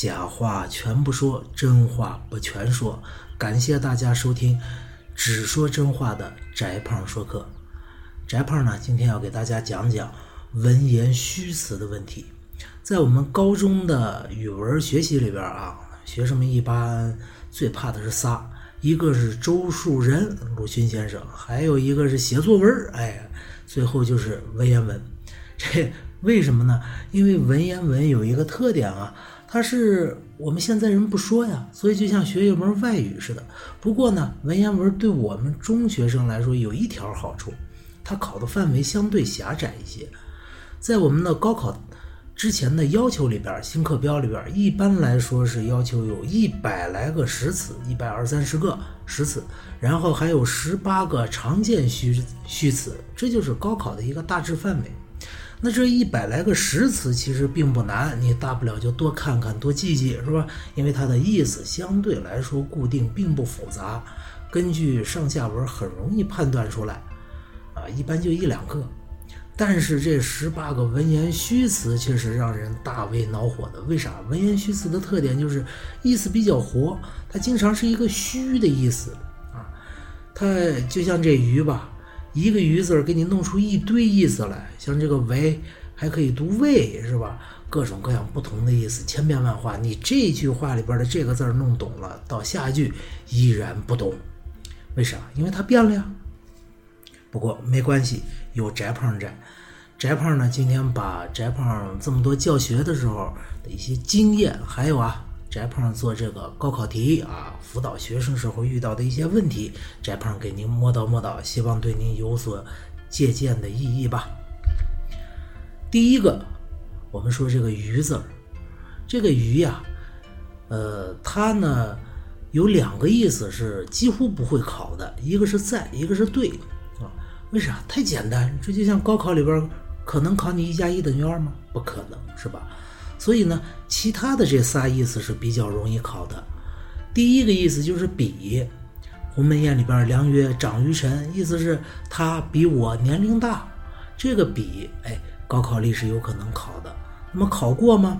假话全不说，真话不全说。感谢大家收听只说真话的翟胖说课。翟胖呢，今天要给大家讲讲文言虚词的问题。在我们高中的语文学习里边啊，学生们一般最怕的是仨，一个是周树人鲁迅先生，还有一个是写作文，最后就是文言文。这为什么呢？因为文言文有一个特点啊，它是我们现在人不说呀，所以就像学一门外语似的。不过呢，文言文对我们中学生来说有一条好处，它考的范围相对狭窄一些。在我们的高考之前的要求里边，新课标里边一般来说是要求有100来个实词，120-130个实词，然后还有18个常见虚词，这就是高考的一个大致范围。那这100来个实词其实并不难，你大不了就多看看多记记，是吧？因为它的意思相对来说固定，并不复杂，根据上下文很容易判断出来一般就1-2个。但是这18个文言虚词却是让人大为恼火的。为啥？文言虚词的特点就是意思比较活，它经常是一个虚的意思它就像这鱼吧，一个鱼字给你弄出一堆意思来，像这个为还可以读为，是吧？各种各样不同的意思，千变万化。你这句话里边的这个字弄懂了，到下句依然不懂，为啥？因为它变了呀。不过没关系，有翟胖在。翟胖呢，今天把翟胖这么多教学的时候的一些经验，还有翟胖做这个高考题辅导学生时候遇到的一些问题，翟胖给您摸到，希望对您有所借鉴的意义吧。第一个，我们说这个鱼字，这个鱼呀，它呢有2个意思是几乎不会考的，一个是在，一个是对为啥？太简单，这就像高考里边可能考你1+1等于2吗？不可能，是吧？所以呢，其他的这仨意思是比较容易考的。第一个意思就是比，鸿门宴里边良曰长于臣，意思是他比我年龄大。这个比，高考里是有可能考的。那么考过吗？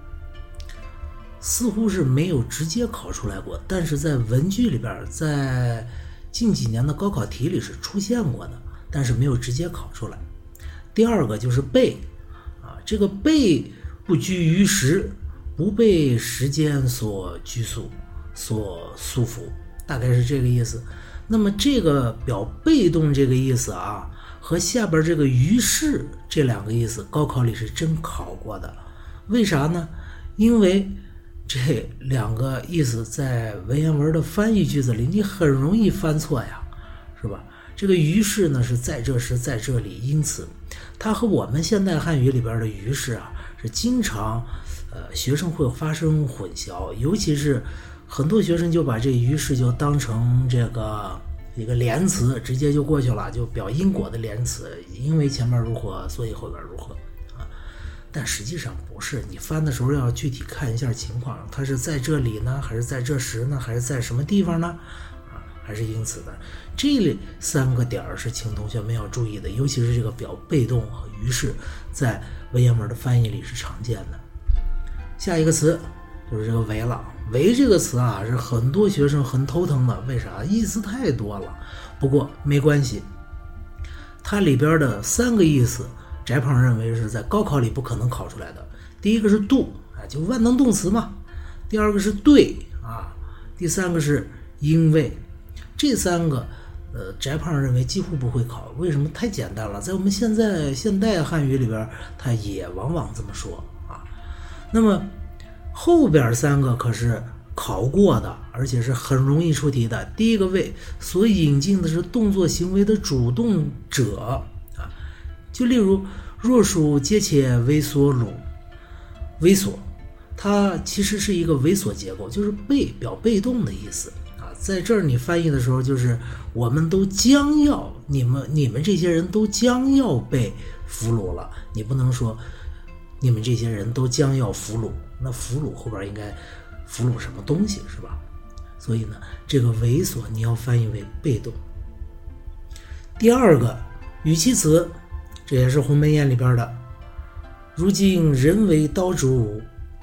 似乎是没有直接考出来过，但是在文句里边，在近几年的高考题里是出现过的，但是没有直接考出来。第二个就是被这个被不拘于时，不被时间所拘束所束缚，大概是这个意思。那么这个表被动这个意思和下边这个于是这2个意思高考里是真考过的。为啥呢？因为这2个意思在文言文的翻译句子里你很容易犯错呀，是吧？这个于是呢是在这时在这里，因此它和我们现代汉语里边的于是是经常学生会发生混淆，尤其是很多学生就把这于是就当成这个一个连词，直接就过去了，就表因果的连词，因为前面如何所以后边如何但实际上不是，你翻的时候要具体看一下情况，它是在这里呢，还是在这时呢，还是在什么地方呢还是因此的。这3个点是请同学们要注意的，尤其是这个表被动和于是在文言文的翻译里是常见的。下一个词就是这个为了。为这个词是很多学生很头疼的，为啥？意思太多了。不过没关系，它里边的3个意思翟胖认为是在高考里不可能考出来的。第一个是度就万能动词嘛，第二个是对第3个是因为。这3个翟胖认为几乎不会考。为什么？太简单了，在我们现代汉语里边它也往往这么说那么后边3个可是考过的，而且是很容易出题的。第一个为所引进的是动作行为的主动者就例如若属皆且猥琐鲁，猥琐它其实是一个猥琐结构，就是表被动的意思在这儿你翻译的时候就是我们都将要，你们这些人都将要被俘虏了，你不能说你们这些人都将要俘虏，那俘虏后边应该俘虏什么东西，是吧？所以呢，这个猥琐你要翻译为被动。第二个语气词，这也是鸿门宴里边的，如今人为刀俎，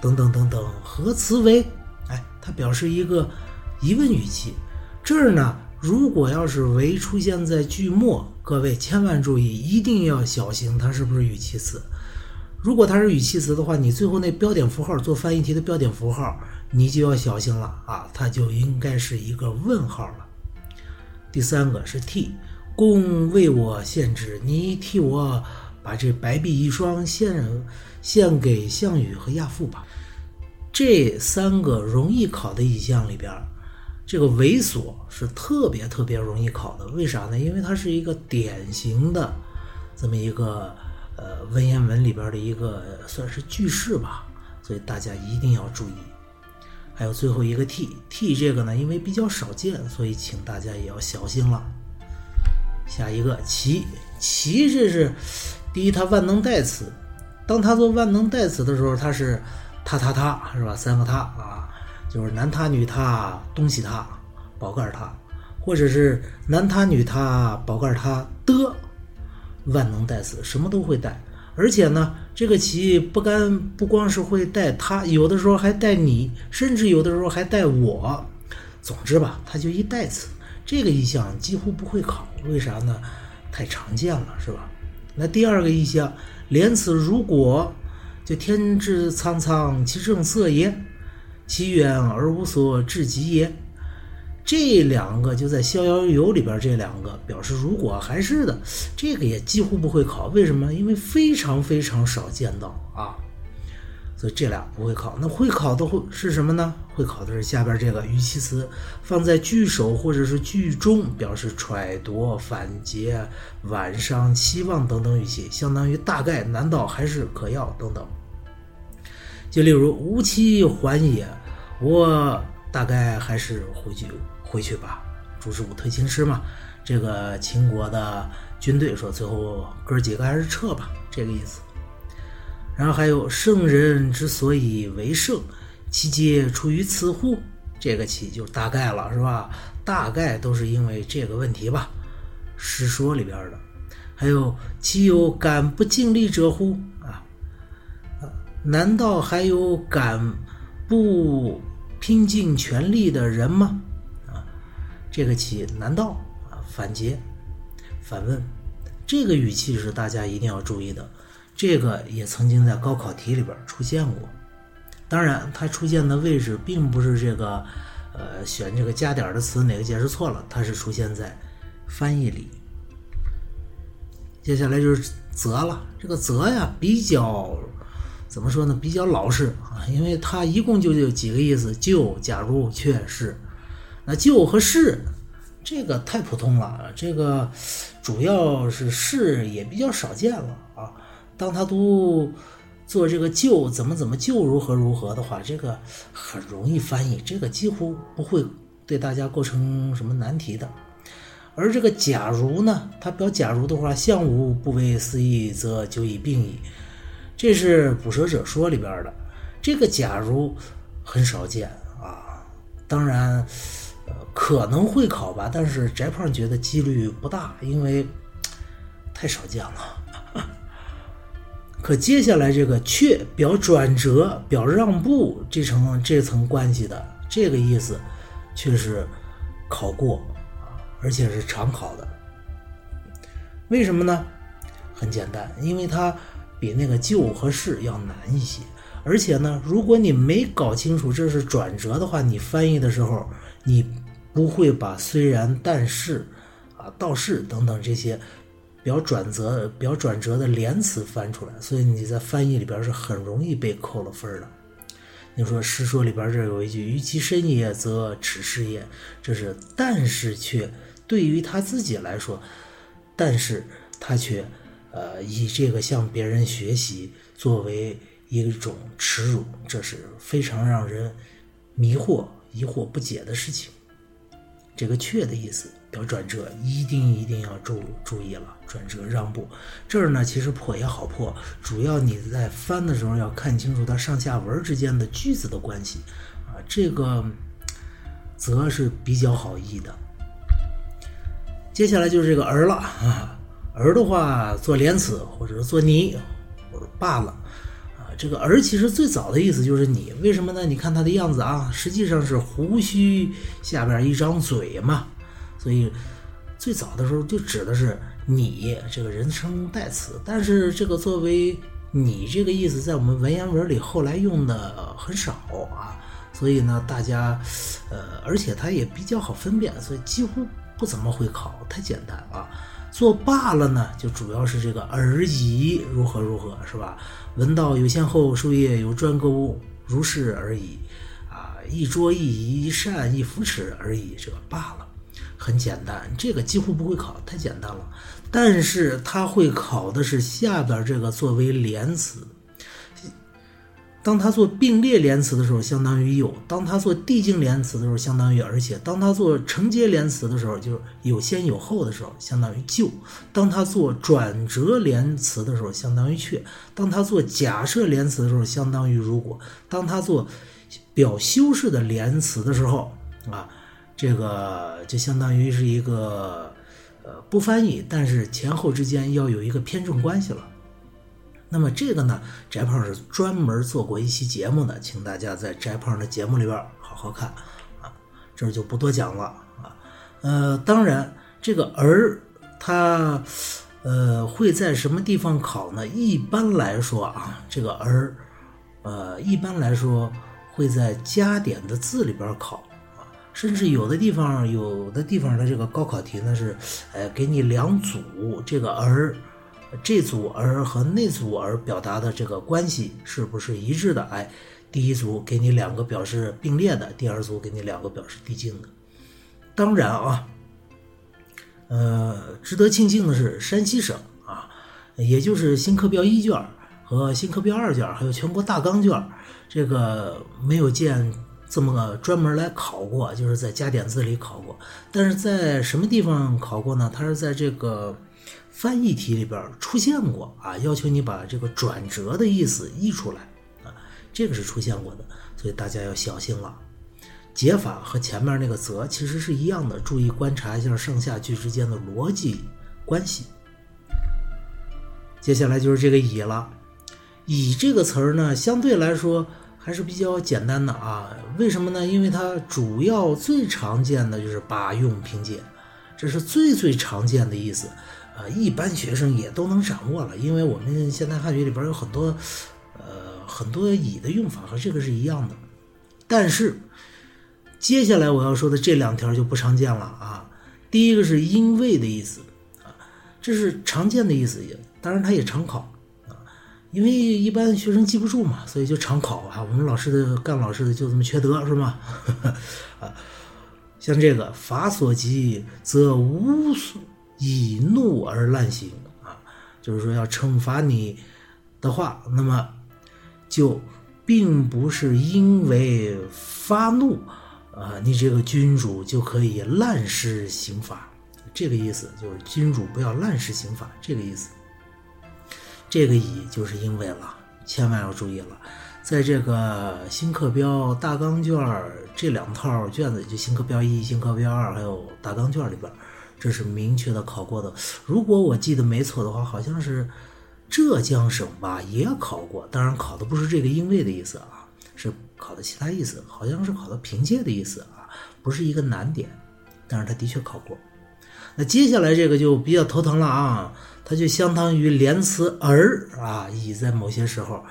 等等等等，何辞为？它表示一个疑问语气。这儿呢，如果要是为出现在句末，各位千万注意，一定要小心它是不是语气词。如果它是语气词的话，你最后那标点符号做翻译题的标点符号，你就要小心了啊，它就应该是一个问号了。第三个是替，公为我献之，你替我把这白璧一双献给项羽和亚父吧。这三个容易考的意象里边，这个猥琐是特别容易考的。为啥呢？因为它是一个典型的这么一个文言文里边的一个算是句式吧，所以大家一定要注意。还有最后一个替这个呢，因为比较少见，所以请大家也要小心了。下一个其这是第一，它万能代词，当它做万能代词的时候，它是他是吧？三个他啊，就是男他女他东西他宝盖他，或者是男他女他宝盖他的万能代词，什么都会带。而且呢，这个其不光是会带他，有的时候还带你，甚至有的时候还带我。总之吧，它就一代词，这个意象几乎不会考。为啥呢？太常见了，是吧？那第二个意象，连词如果，就天之苍苍其正色也，其远而无所至极也。这两个就在逍遥游里边，这两个表示如果还是的，这个也几乎不会考。为什么？因为非常少见到啊，所以这俩不会考。那会考的是什么呢？会考的是下边这个语气词，放在句首或者是句中，表示揣度、反诘、晚上、期望等等语气，相当于大概、难道、还是、可要等等。就例如吾期还也，我大概还是回去吧。朱之武推秦师嘛，这个秦国的军队说最后哥几个还是撤吧，这个意思。然后还有圣人之所以为圣，其皆出于此乎？这个其就大概了，是吧？大概都是因为这个问题吧。诗说里边的，还有其有敢不尽力者乎？难道还有敢不拼尽全力的人吗？这个其难道反诘反问，这个语气是大家一定要注意的。这个也曾经在高考题里边出现过，当然它出现的位置并不是这个选这个加点的词哪个解释错了，它是出现在翻译里。接下来就是则了，这个则呀比较怎么说呢，比较老实啊，因为它一共就有几个意思，就、假如、确、是。那就和是这个太普通了，这个主要是也比较少见了啊。当他都做这个就怎么就如何的话，这个很容易翻译，这个几乎不会对大家构成什么难题的。而这个假如呢，它表假如的话，相无不为思义，则久以病矣。这是捕蛇者说里边的，这个假如很少见啊，当然可能会考吧，但是翟胖觉得几率不大，因为太少见了。可接下来这个却表转折、表让步这层关系的这个意思，却是考过而且是常考的。为什么呢？很简单，因为它比那个就和是要难一些，而且呢，如果你没搞清楚这是转折的话，你翻译的时候你不会把虽然、但是倒是等等这些表转折的连词翻出来，所以你在翻译里边是很容易被扣了分的。你说诗说里边这有一句于其深也则耻是也，这是但是却对于他自己来说，但是他却以这个向别人学习作为一种耻辱，这是非常让人疑惑不解的事情。这个却的意思表转折，一定要注意了，转折让步。这儿呢其实破也好破，主要你在翻的时候要看清楚它上下文之间的句子的关系这个则是比较好译的。接下来就是这个儿了儿的话做连词或者是做你或者罢了这个儿其实最早的意思就是你，为什么呢？你看他的样子啊，实际上是胡须下边一张嘴嘛，所以最早的时候就指的是你这个人称代词，但是这个作为你这个意思在我们文言文里后来用的很少啊，所以呢大家而且它也比较好分辨，所以几乎不怎么会考，太简单啊。作罢了呢就主要是这个而已如何如何，是吧？闻道有先后，术业有专攻，如是而已啊，一桌一仪一扇一扶持而已，这个罢了很简单，这个几乎不会考，太简单了。但是它会考的是下边这个作为连词，当它做并列连词的时候相当于有，当它做递进连词的时候相当于而且，当它做承接连词的时候就是有先有后的时候相当于就，当它做转折连词的时候相当于却，当它做假设连词的时候相当于如果，当它做表修饰的连词的时候啊，这个就相当于是一个不翻译，但是前后之间要有一个偏重关系了。那么这个呢，翟胖是专门做过一期节目的，请大家在翟胖的节目里边好好看啊，这儿就不多讲了啊。当然这个儿它会在什么地方考呢？一般来说啊，这个儿一般来说会在加点的字里边考啊，甚至有的地方的这个高考题呢是给你两组这个儿。这组儿和那组儿表达的这个关系是不是一致的？第一组给你两个表示并列的，第二组给你两个表示递进的。当然啊，值得庆幸的是山西省啊，也就是新课标1卷和新课标2卷，还有全国大纲卷，这个没有见这么专门来考过，就是在加点字里考过。但是在什么地方考过呢？它是在这个翻译题里边出现过啊，要求你把这个转折的意思译出来啊，这个是出现过的，所以大家要小心了。解法和前面那个则其实是一样的，注意观察一下上下句之间的逻辑关系。接下来就是这个以了，以这个词儿呢，相对来说还是比较简单的啊。为什么呢？因为它主要最常见的就是把用拼接，这是最常见的意思。一般学生也都能掌握了，因为我们现代汉语里边有很多以的用法和这个是一样的。但是接下来我要说的这两条就不常见了啊。第一个是因为的意思啊，这是常见的意思，当然它也常考啊，因为一般学生记不住嘛，所以就常考啊。我们干老师的就这么缺德是吗？啊，像这个法所及则无以怒而滥行啊，就是说要惩罚你的话，那么就并不是因为发怒你这个君主就可以滥施刑罚，这个意思就是君主不要滥施刑罚，这个意思。这个以就是因为了，千万要注意了。在这个新课标大纲卷这两套卷子，就新课标1、新课标2还有大纲卷里边，这是明确的考过的。如果我记得没错的话，好像是浙江省吧也考过，当然考的不是这个因为的意思啊，是考的其他意思，好像是考的凭借的意思啊，不是一个难点，但是他的确考过。那接下来这个就比较头疼了啊，它就相当于连词而啊，以在某些时候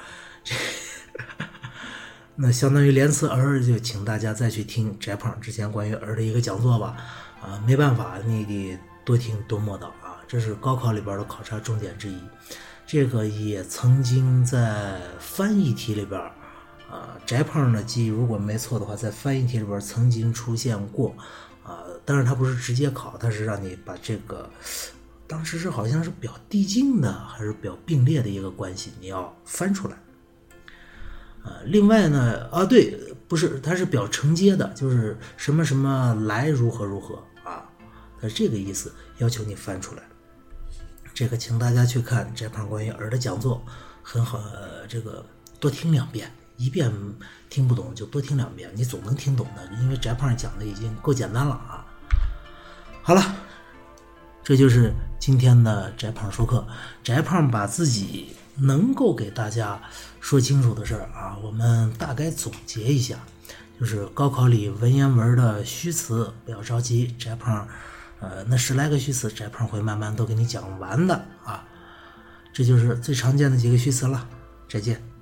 那相当于连词而，就请大家再去听翟胖之前关于而的一个讲座吧啊，没办法，你得多听多默祷啊，这是高考里边的考察重点之一。这个也曾经在翻译题里边翟胖的记忆如果没错的话，在翻译题里边曾经出现过当然它不是直接考，它是让你把这个当时是好像是表递进的还是表并列的一个关系你要翻出来另外呢对，不是，它是表承接的，就是什么什么来如何如何它是这个意思，要求你翻出来。这个请大家去看翟胖关于儿的讲座，很好，这个多听2遍，一遍听不懂就多听2遍，你总能听懂的，因为翟胖讲的已经够简单了啊。好了，这就是今天的翟胖说课。翟胖把自己能够给大家说清楚的事儿啊，我们大概总结一下，就是高考里文言文的虚词不要着急，翟胖那10来个虚词翟胖会慢慢都给你讲完的啊，这就是最常见的几个虚词了。再见。